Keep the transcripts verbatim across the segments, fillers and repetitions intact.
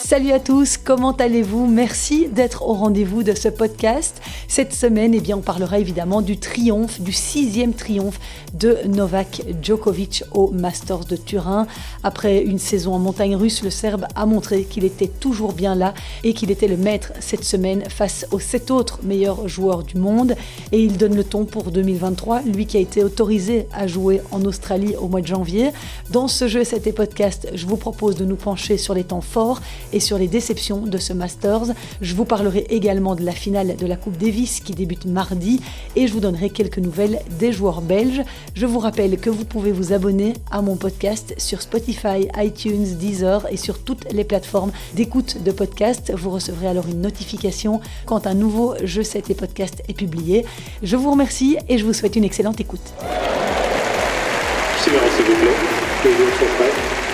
Salut à tous, comment allez-vous? Merci d'être au rendez-vous de ce podcast. Cette semaine, eh bien, on parlera évidemment du triomphe, du sixième triomphe de Novak Djokovic au Masters de Turin. Après une saison en montagne russe, le Serbe a montré qu'il était toujours bien là et qu'il était le maître cette semaine face aux sept autres meilleurs joueurs du monde. Et il donne le ton pour deux mille vingt-trois, lui qui a été autorisé à jouer en Australie au mois de janvier. Dans ce jeu, cet podcast, je vous propose de nous pencher sur les temps forts et sur les déceptions de ce Masters. Je vous parlerai également de la finale de la Coupe Davis qui débute mardi et je vous donnerai quelques nouvelles des joueurs belges. Je vous rappelle que vous pouvez vous abonner à mon podcast sur Spotify, iTunes, Deezer et sur toutes les plateformes d'écoute de podcasts. Vous recevrez alors une notification quand un nouveau Je sais tes podcasts est publié. Je vous remercie et je vous souhaite une excellente écoute. Silence s'il vous plaît, les joueurs sont prêts.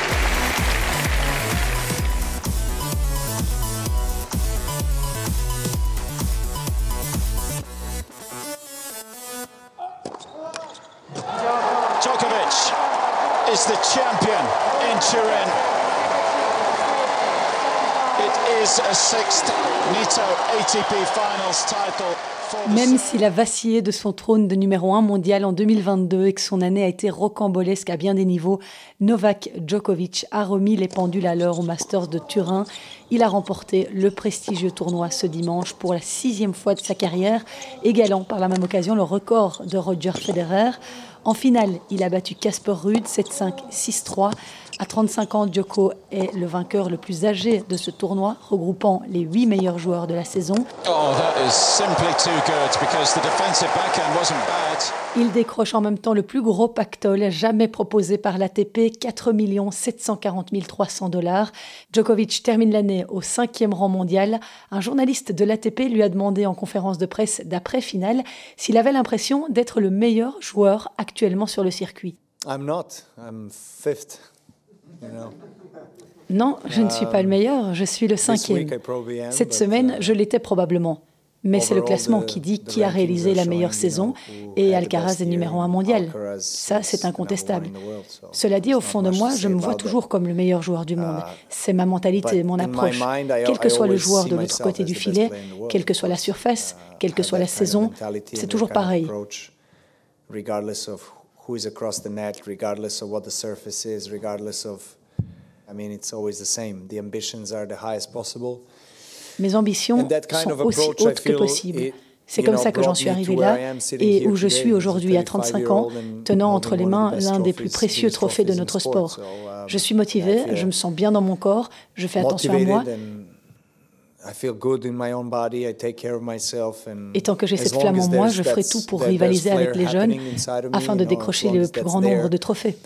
Djokovic is the champion in Turin. It is a sixth Nitto A T P Finals title. Même s'il a vacillé de son trône de numéro un mondial en deux mille vingt-deux et que son année a été rocambolesque à bien des niveaux, Novak Djokovic a remis les pendules à l'heure au Masters de Turin. Il a remporté le prestigieux tournoi ce dimanche pour la sixième fois de sa carrière, égalant par la même occasion le record de Roger Federer. En finale, il a battu Casper Ruud sept cinq, six trois. À trente-cinq ans, Djoko est le vainqueur le plus âgé de ce tournoi, regroupant les huit meilleurs joueurs de la saison. Oh, that is simply too good because the defensive backhand wasn't bad. Il décroche en même temps le plus gros pactole jamais proposé par l'A T P, quatre millions sept cent quarante mille trois cents dollars. Djokovic termine l'année au cinquième rang mondial. Un journaliste de l'A T P lui a demandé en conférence de presse d'après-finale s'il avait l'impression d'être le meilleur joueur actuellement sur le circuit. I'm not. I'm fifth. You know. Non, je ne suis pas le meilleur, je suis le cinquième. Cette semaine, je l'étais probablement. Mais c'est le classement qui dit qui a réalisé la meilleure saison et Alcaraz est numéro un mondial. Ça, c'est incontestable. Cela dit, au fond de moi, je me vois toujours comme le meilleur joueur du monde. C'est ma mentalité, mon approche. Quel que soit le joueur de l'autre côté du filet, quelle que soit la surface, quelle que soit la saison, c'est toujours pareil. Who is across the net, regardless of what the surface is, regardless of, I mean, it's always the same. The ambitions are the highest possible. Mes ambitions sont aussi hautes que possible. C'est comme ça que j'en suis arrivé là et où je suis aujourd'hui à trente-cinq ans, tenant entre les mains l'un des plus précieux trophées de notre sport. Je suis motivé, je me sens bien dans mon corps, je fais attention à moi. Et tant que j'ai cette flamme en moi, je ferai tout pour rivaliser avec les jeunes afin de décrocher le plus grand nombre de trophées.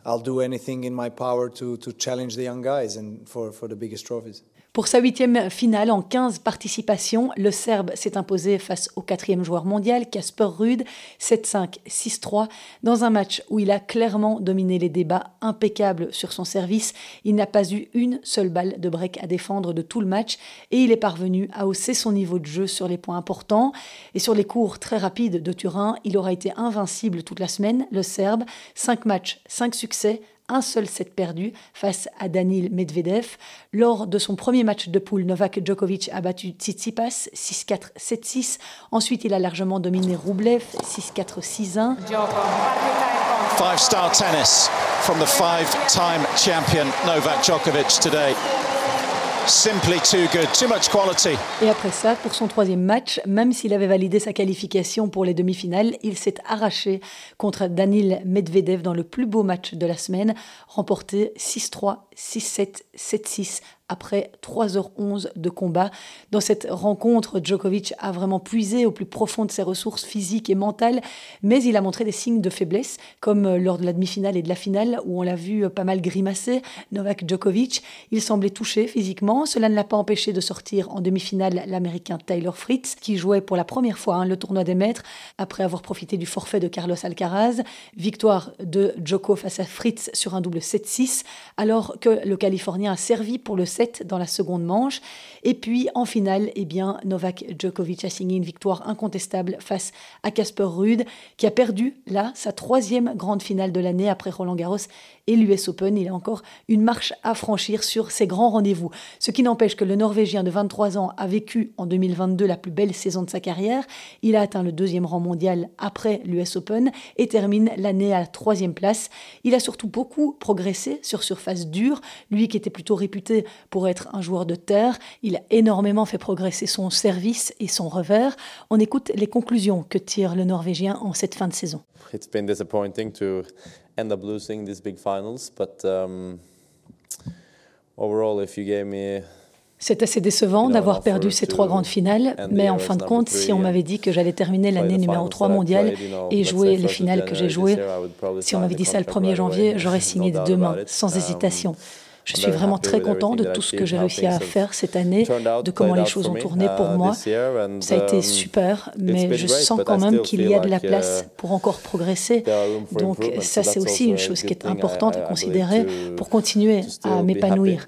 Pour sa huitième finale en quinze participations, le Serbe s'est imposé face au quatrième joueur mondial, Casper Ruud, sept cinq, six trois. Dans un match où il a clairement dominé les débats, impeccable sur son service, il n'a pas eu une seule balle de break à défendre de tout le match et il est parvenu à hausser son niveau de jeu sur les points importants. Et sur les cours très rapides de Turin, il aura été invincible toute la semaine, le Serbe. cinq matchs, cinq succès. Un seul set perdu face à Daniil Medvedev. Lors de son premier match de poule, Novak Djokovic a battu Tsitsipas six quatre, sept six. Ensuite, il a largement dominé Rublev six quatre, six un. Five-star tennis from the five-time champion Novak Djokovic today. Simply too good, too much quality. Et après ça, pour son troisième match, même s'il avait validé sa qualification pour les demi-finales, il s'est arraché contre Daniil Medvedev dans le plus beau match de la semaine, remporté six trois, six sept, sept six après trois heures onze de combat. Dans cette rencontre, Djokovic a vraiment puisé au plus profond de ses ressources physiques et mentales, mais il a montré des signes de faiblesse, comme lors de la demi-finale et de la finale, où on l'a vu pas mal grimacer. Novak Djokovic, il semblait touché physiquement. Cela ne l'a pas empêché de sortir en demi-finale l'Américain Taylor Fritz, qui jouait pour la première fois hein, le tournoi des maîtres, après avoir profité du forfait de Carlos Alcaraz. Victoire de Djoko face à Fritz sur un double sept six, alors que le Californien a servi pour le set sept dans la seconde manche. Et puis en finale, eh bien, Novak Djokovic a signé une victoire incontestable face à Casper Ruud, qui a perdu là sa troisième grande finale de l'année après Roland-Garros et l'U S Open. Il a encore une marche à franchir sur ses grands rendez-vous. Ce qui n'empêche que le Norvégien de vingt-trois ans a vécu en deux mille vingt-deux la plus belle saison de sa carrière. Il a atteint le deuxième rang mondial après l'U S Open et termine l'année à la troisième place. Il a surtout beaucoup progressé sur surface dure, lui qui était plutôt réputé pour être un joueur de terre. Il a énormément fait progresser son service et son revers. On écoute les conclusions que tire le Norvégien en cette fin de saison. It's been disappointing to end up losing these big finals, but um, overall, if you gave me C'est assez décevant d'avoir perdu ces trois grandes finales, mais en fin de compte, si on m'avait dit que j'allais terminer l'année numéro trois mondiale et jouer les finales que j'ai jouées, si on m'avait dit ça le premier janvier, j'aurais signé des deux mains, sans hésitation. Je suis vraiment très content de tout ce que j'ai réussi à faire cette année, de comment les choses ont tourné pour moi. Ça a été super, mais je sens quand même qu'il y a de la place pour encore progresser. Donc ça, c'est aussi une chose qui est importante à considérer pour continuer à m'épanouir.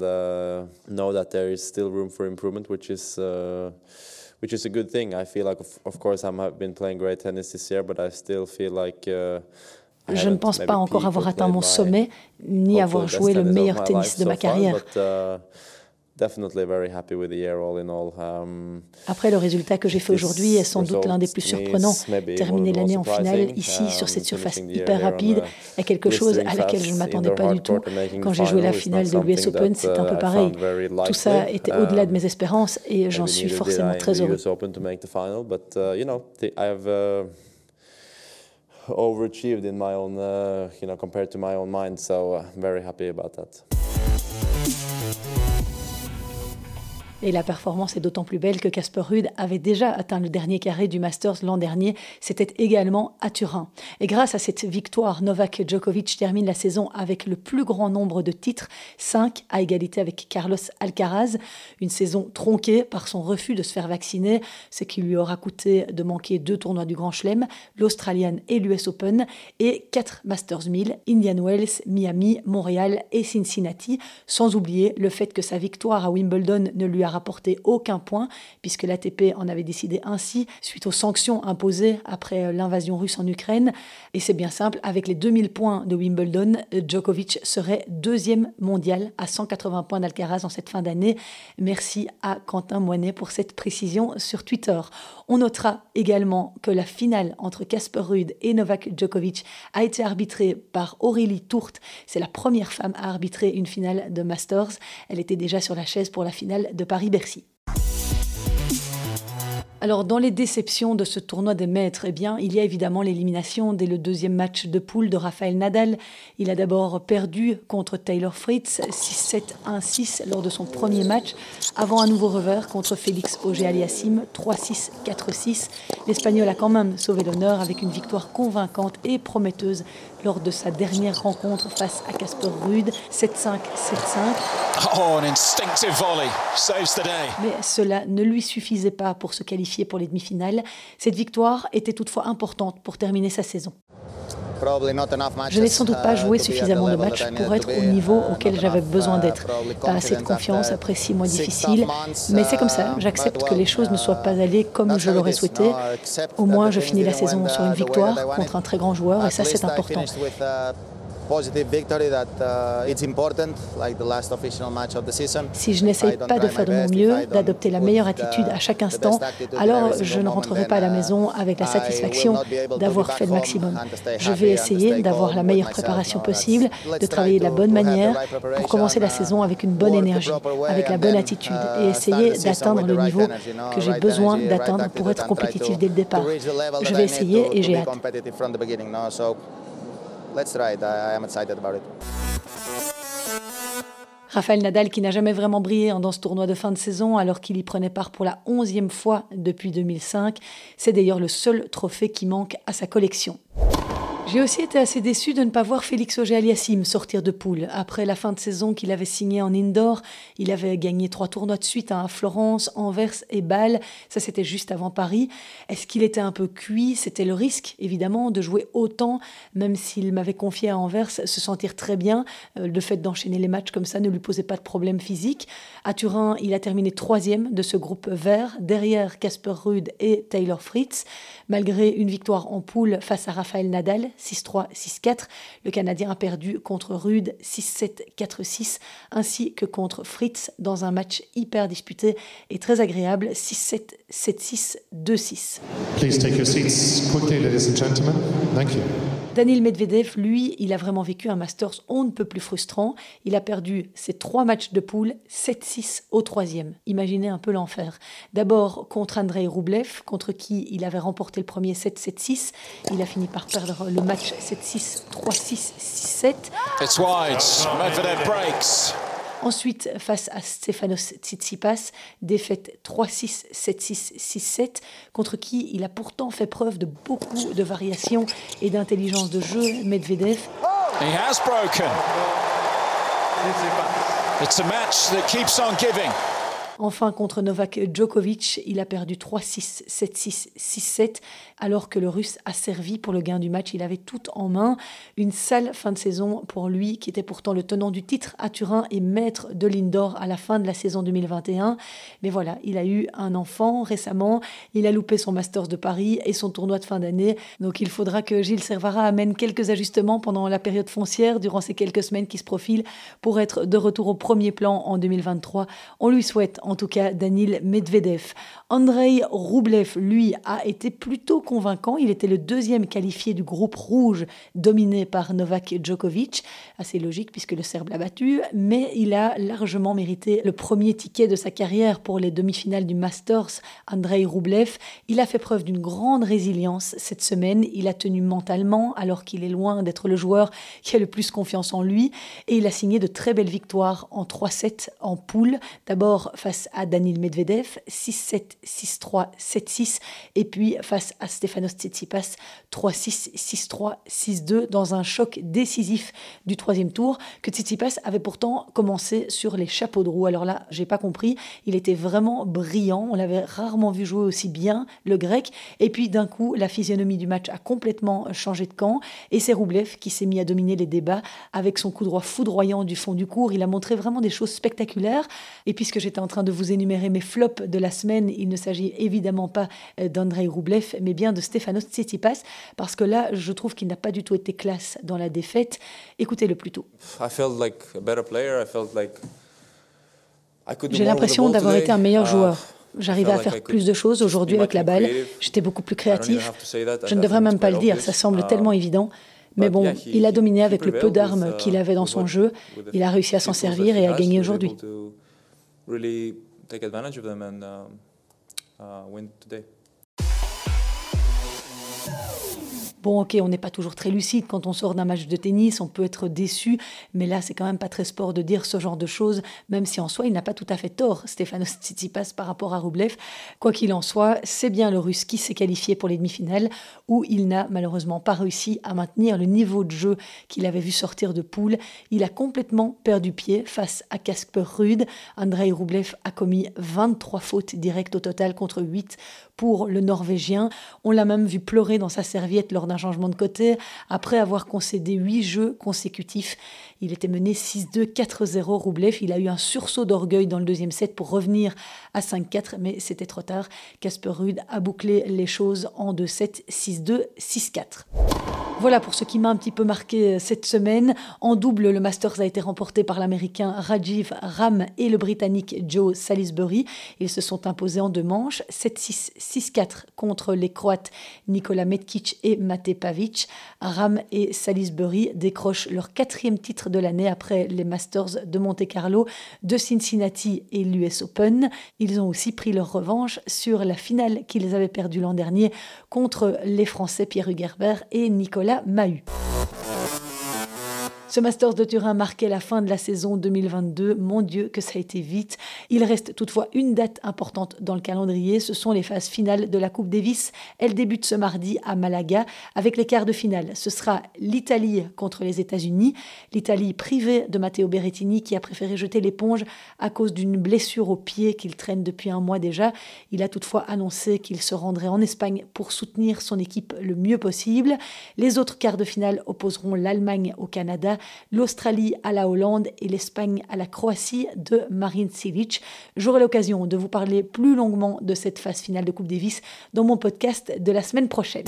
Which is a good thing. I feel like, of, of course, I've been playing great tennis this year, but I still feel like uh, je ne pense pas encore avoir atteint mon sommet, ni avoir joué le meilleur tennis de ma carrière. Après, le résultat que j'ai fait aujourd'hui est sans doute l'un des plus surprenants. Terminer l'année en finale, ici, sur cette surface hyper rapide, est quelque chose à laquelle je ne m'attendais pas du tout. Quand j'ai joué la finale de l'U S Open, c'est un peu pareil. Tout ça était au-delà de mes espérances et j'en suis forcément très heureux. Overachieved in my own, uh, you know, compared to my own mind, so uh, I'm very happy about that. Et la performance est d'autant plus belle que Casper Ruud avait déjà atteint le dernier carré du Masters l'an dernier. C'était également à Turin. Et grâce à cette victoire, Novak Djokovic termine la saison avec le plus grand nombre de titres, cinq à égalité avec Carlos Alcaraz. Une saison tronquée par son refus de se faire vacciner, ce qui lui aura coûté de manquer deux tournois du Grand Chelem, l'Australian et l'U S Open, et quatre Masters mille, Indian Wells, Miami, Montréal et Cincinnati, sans oublier le fait que sa victoire à Wimbledon ne lui a rapporté aucun point, puisque l'A T P en avait décidé ainsi suite aux sanctions imposées après l'invasion russe en Ukraine. Et c'est bien simple, avec les deux mille points de Wimbledon, Djokovic serait deuxième mondial à cent quatre-vingts points d'Alcaraz en cette fin d'année. Merci à Quentin Moinet pour cette précision sur Twitter. On notera également que la finale entre Casper Ruud et Novak Djokovic a été arbitrée par Aurélie Tourte. C'est la première femme à arbitrer une finale de Masters. Elle était déjà sur la chaise pour la finale de Paris-Bercy. Alors, dans les déceptions de ce tournoi des maîtres, eh bien, il y a évidemment l'élimination dès le deuxième match de poule de Rafael Nadal. Il a d'abord perdu contre Taylor Fritz six sept un six lors de son premier match, avant un nouveau revers contre Félix Auger-Aliassime trois six quatre six. L'Espagnol a quand même sauvé l'honneur avec une victoire convaincante et prometteuse lors de sa dernière rencontre face à Casper Ruud, sept cinq sept cinq. Oh, an instinctive volley saves the day. Mais cela ne lui suffisait pas pour se qualifier pour les demi-finales. Cette victoire était toutefois importante pour terminer sa saison. Je n'ai sans doute pas joué suffisamment de matchs pour être au niveau auquel j'avais besoin d'être. Pas assez de confiance après six mois difficiles, mais c'est comme ça, j'accepte que les choses ne soient pas allées comme je l'aurais souhaité. Au moins, je finis la saison sur une victoire contre un très grand joueur et ça, c'est important. Si je n'essaye pas de faire de mon mieux, d'adopter la meilleure attitude à chaque instant, alors je ne rentrerai pas à la maison avec la satisfaction d'avoir fait le maximum. Je vais essayer d'avoir la meilleure préparation possible, de travailler de la bonne manière pour commencer la saison avec une bonne énergie, avec la bonne attitude et essayer d'atteindre le niveau que j'ai besoin d'atteindre pour être compétitif dès le départ. Je vais essayer et j'ai hâte. Let's try it. I am excited about it. Rafael Nadal qui n'a jamais vraiment brillé dans ce tournoi de fin de saison alors qu'il y prenait part pour la onzième fois depuis deux mille cinq. C'est d'ailleurs le seul trophée qui manque à sa collection. J'ai aussi été assez déçue de ne pas voir Félix Auger-Aliassime sortir de poule. Après la fin de saison qu'il avait signée en indoor, il avait gagné trois tournois de suite hein, à Florence, Anvers et Bâle. Ça, c'était juste avant Paris. Est-ce qu'il était un peu cuit ? C'était le risque, évidemment, de jouer autant, même s'il m'avait confié à Anvers se sentir très bien. Euh, le fait d'enchaîner les matchs comme ça ne lui posait pas de problème physique. À Turin, il a terminé troisième de ce groupe vert, derrière Casper Ruud et Taylor Fritz. Malgré une victoire en poule face à Rafael Nadal, six trois, six quatre, le Canadien a perdu contre Ruud six sept, quatre six, ainsi que contre Fritz dans un match hyper disputé et très agréable, six sept, sept six, deux six. Please take your seats quickly, ladies and gentlemen. Thank you. Daniil Medvedev, lui, il a vraiment vécu un Masters on ne peut plus frustrant. Il a perdu ses trois matchs de poule, sept six au troisième. Imaginez un peu l'enfer. D'abord contre Andrei Rublev, contre qui il avait remporté le premier sept sept six. Il a fini par perdre le match sept six, trois six, six sept. It's wide. Medvedev breaks. Ensuite, face à Stefanos Tsitsipas, défaite trois six, sept six, six sept, contre qui il a pourtant fait preuve de beaucoup de variations et d'intelligence de jeu, Medvedev. He has broken. It's a match that keeps on giving. Enfin, contre Novak Djokovic, il a perdu trois six, sept six, six sept, alors que le Russe a servi pour le gain du match. Il avait tout en main. Une sale fin de saison pour lui, qui était pourtant le tenant du titre à Turin et maître de l'indoor à la fin de la saison deux mille vingt et un. Mais voilà, il a eu un enfant récemment. Il a loupé son Masters de Paris et son tournoi de fin d'année. Donc il faudra que Gilles Servara amène quelques ajustements pendant la période foncière, durant ces quelques semaines qui se profilent, pour être de retour au premier plan en deux mille vingt-trois. On lui souhaite en tout cas Daniil Medvedev. Andrei Rublev, lui, a été plutôt convaincant. Il était le deuxième qualifié du groupe rouge dominé par Novak Djokovic. Assez logique puisque le Serbe l'a battu, mais il a largement mérité le premier ticket de sa carrière pour les demi-finales du Masters. Andrei Rublev, il a fait preuve d'une grande résilience cette semaine. Il a tenu mentalement alors qu'il est loin d'être le joueur qui a le plus confiance en lui et il a signé de très belles victoires en trois sept en poule. D'abord face à Daniil Medvedev, six sept, six trois, sept six, et puis face à Stefanos Tsitsipas, trois six, six trois, six deux, dans un choc décisif du troisième tour, que Tsitsipas avait pourtant commencé sur les chapeaux de roue. Alors là, j'ai pas compris, il était vraiment brillant, on l'avait rarement vu jouer aussi bien, le grec, et puis d'un coup, la physionomie du match a complètement changé de camp, et c'est Rublev qui s'est mis à dominer les débats avec son coup droit foudroyant du fond du court. Il a montré vraiment des choses spectaculaires, et puisque j'étais en train de vous énumérer mes flops de la semaine, il ne s'agit évidemment pas d'Andrei Rublev, mais bien de Stefanos Tsitsipas, parce que là, je trouve qu'il n'a pas du tout été classe dans la défaite. Écoutez-le plutôt. J'ai l'impression d'avoir été un meilleur joueur. J'arrivais à faire plus de choses aujourd'hui avec la balle. J'étais beaucoup plus créatif. Je ne devrais même pas le dire, ça semble tellement évident. Mais bon, il a dominé avec le peu d'armes qu'il avait dans son jeu. Il a réussi à s'en servir et à gagner aujourd'hui. Really take advantage of them and uh, uh, win today. Bon, ok, on n'est pas toujours très lucide quand on sort d'un match de tennis, on peut être déçu, mais là, c'est quand même pas très sport de dire ce genre de choses, même si en soi, il n'a pas tout à fait tort, Stefanos Tsitsipas, par rapport à Rublev. Quoi qu'il en soit, c'est bien le Russe qui s'est qualifié pour les demi-finales, où il n'a malheureusement pas réussi à maintenir le niveau de jeu qu'il avait vu sortir de poule. Il a complètement perdu pied face à Casper Ruud. Andrei Rublev a commis vingt-trois fautes directes au total contre huit pour le Norvégien. On l'a même vu pleurer dans sa serviette lors d'un changement de côté, après avoir concédé huit jeux consécutifs. Il était mené six deux, quatre zéro, Rublev. Il a eu un sursaut d'orgueil dans le deuxième set pour revenir à cinq quatre, mais c'était trop tard. Casper Ruud a bouclé les choses en deux sept, six deux, six quatre. Voilà pour ce qui m'a un petit peu marqué cette semaine. En double, le Masters a été remporté par l'Américain Rajiv Ram et le Britannique Joe Salisbury. Ils se sont imposés en deux manches, sept six, six quatre contre les Croates Nikola Metkic et Mate Pavic. Ram et Salisbury décrochent leur quatrième titre de l'année après les Masters de Monte-Carlo, de Cincinnati et l'U S Open. Ils ont aussi pris leur revanche sur la finale qu'ils avaient perdue l'an dernier contre les Français Pierre Hugerbert et Nicolas Mahut. Ce Masters de Turin marquait la fin de la saison deux mille vingt-deux. Mon Dieu, que ça a été vite. Il reste toutefois une date importante dans le calendrier. Ce sont les phases finales de la Coupe Davis. Elle débute ce mardi à Malaga avec les quarts de finale. Ce sera l'Italie contre les États-Unis. L'Italie privée de Matteo Berrettini qui a préféré jeter l'éponge à cause d'une blessure au pied qu'il traîne depuis un mois déjà. Il a toutefois annoncé qu'il se rendrait en Espagne pour soutenir son équipe le mieux possible. Les autres quarts de finale opposeront l'Allemagne au Canada, l'Australie à la Hollande et l'Espagne à la Croatie de Marin Cilic. J'aurai l'occasion de vous parler plus longuement de cette phase finale de Coupe Davis dans mon podcast de la semaine prochaine.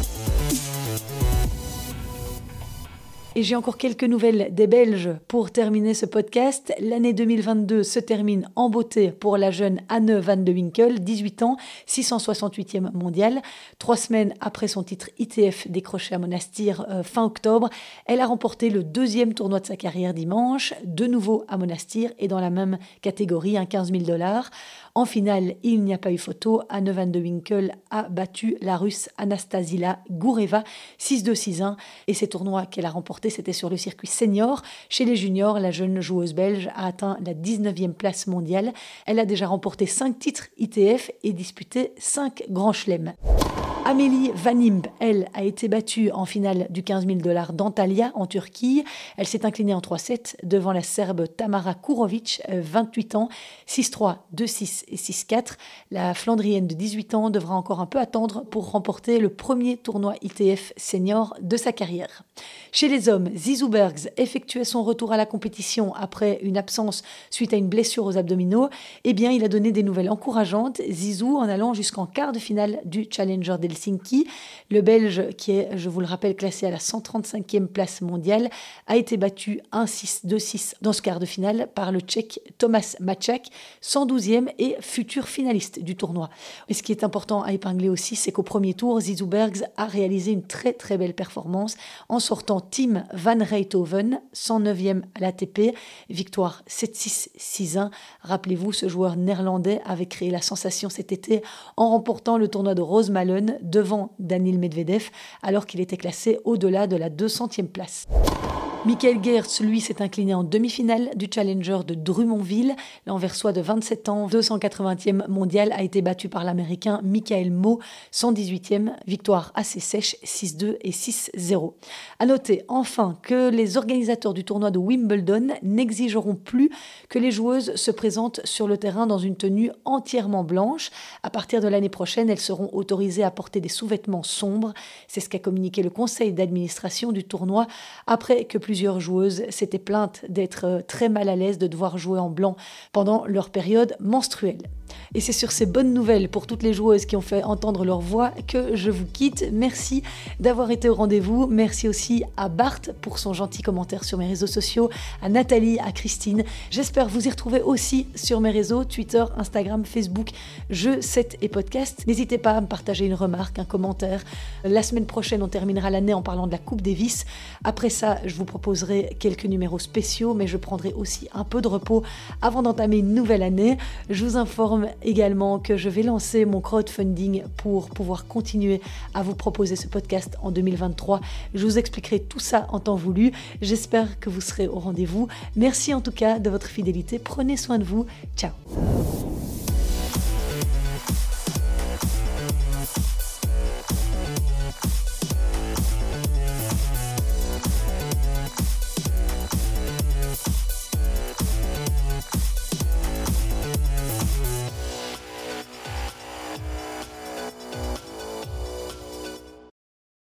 Et j'ai encore quelques nouvelles des Belges pour terminer ce podcast. L'année deux mille vingt-deux se termine en beauté pour la jeune Anne van de Winkel, dix-huit ans, six cent soixante-huitième mondiale. Trois semaines après son titre I T F décroché à Monastir euh, fin octobre, elle a remporté le deuxième tournoi de sa carrière dimanche, de nouveau à Monastir et dans la même catégorie, un quinze mille dollars. En finale, il n'y a pas eu photo. Anne van de Winkel a battu la Russe Anastasila Goureva six deux six un et ces tournois qu'elle a remportés, c'était sur le circuit senior. Chez les juniors, la jeune joueuse belge a atteint la dix-neuvième place mondiale. Elle a déjà remporté cinq titres I T F et disputé cinq grands chelems. Amélie Van Impe, elle, a été battue en finale du quinze mille dollars d'Antalya en Turquie. Elle s'est inclinée en trois sept devant la Serbe Tamara Kurovic, vingt-huit ans, six trois, deux six et six quatre. La Flandrienne de dix-huit ans devra encore un peu attendre pour remporter le premier tournoi I T F senior de sa carrière. Chez les hommes, Zizou Bergs effectuait son retour à la compétition après une absence suite à une blessure aux abdominaux. Eh bien, il a donné des nouvelles encourageantes. Zizou en allant jusqu'en quart de finale du Challenger d'Helsinki. Le Belge, qui est, je vous le rappelle, classé à la cent trente-cinquième place mondiale, a été battu un six deux six dans ce quart de finale par le Tchèque Tomas Maček, cent douzième et futur finaliste du tournoi. Et ce qui est important à épingler aussi, c'est qu'au premier tour, Zizou Bergs a réalisé une très très belle performance en sortant Tim van Rijthoven, cent neuvième à l'A T P, victoire sept six six un. Rappelez-vous, ce joueur néerlandais avait créé la sensation cet été en remportant le tournoi de Rosmalen devant Daniil Medvedev alors qu'il était classé au-delà de la deux centième place. Michael Geerts, lui, s'est incliné en demi-finale du Challenger de Drummondville. L'Anversois de vingt-sept ans, deux cent quatre-vingtième mondial, a été battu par l'Américain Michael Mmoh, cent dix-huitième, victoire assez sèche, six deux et six zéro. À noter enfin que les organisateurs du tournoi de Wimbledon n'exigeront plus que les joueuses se présentent sur le terrain dans une tenue entièrement blanche. À partir de l'année prochaine, elles seront autorisées à porter des sous-vêtements sombres. C'est ce qu'a communiqué le conseil d'administration du tournoi après que plusieurs joueuses s'étaient plaintes d'être très mal à l'aise de devoir jouer en blanc pendant leur période menstruelle. Et c'est sur ces bonnes nouvelles pour toutes les joueuses qui ont fait entendre leur voix que je vous quitte. Merci d'avoir été au rendez-vous. Merci aussi à Bart pour son gentil commentaire sur mes réseaux sociaux, à Nathalie, à Christine. J'espère vous y retrouver aussi sur mes réseaux, Twitter, Instagram, Facebook, Jeux, Set et Podcast. N'hésitez pas à me partager une remarque, un commentaire. La semaine prochaine, on terminera l'année en parlant de la Coupe Davis. Après ça, je vous proposerai quelques numéros spéciaux, mais je prendrai aussi un peu de repos avant d'entamer une nouvelle année. Je vous informe également que je vais lancer mon crowdfunding pour pouvoir continuer à vous proposer ce podcast en deux mille vingt-trois. Je vous expliquerai tout ça en temps voulu. J'espère que vous serez au rendez-vous. Merci en tout cas de votre fidélité. Prenez soin de vous. Ciao.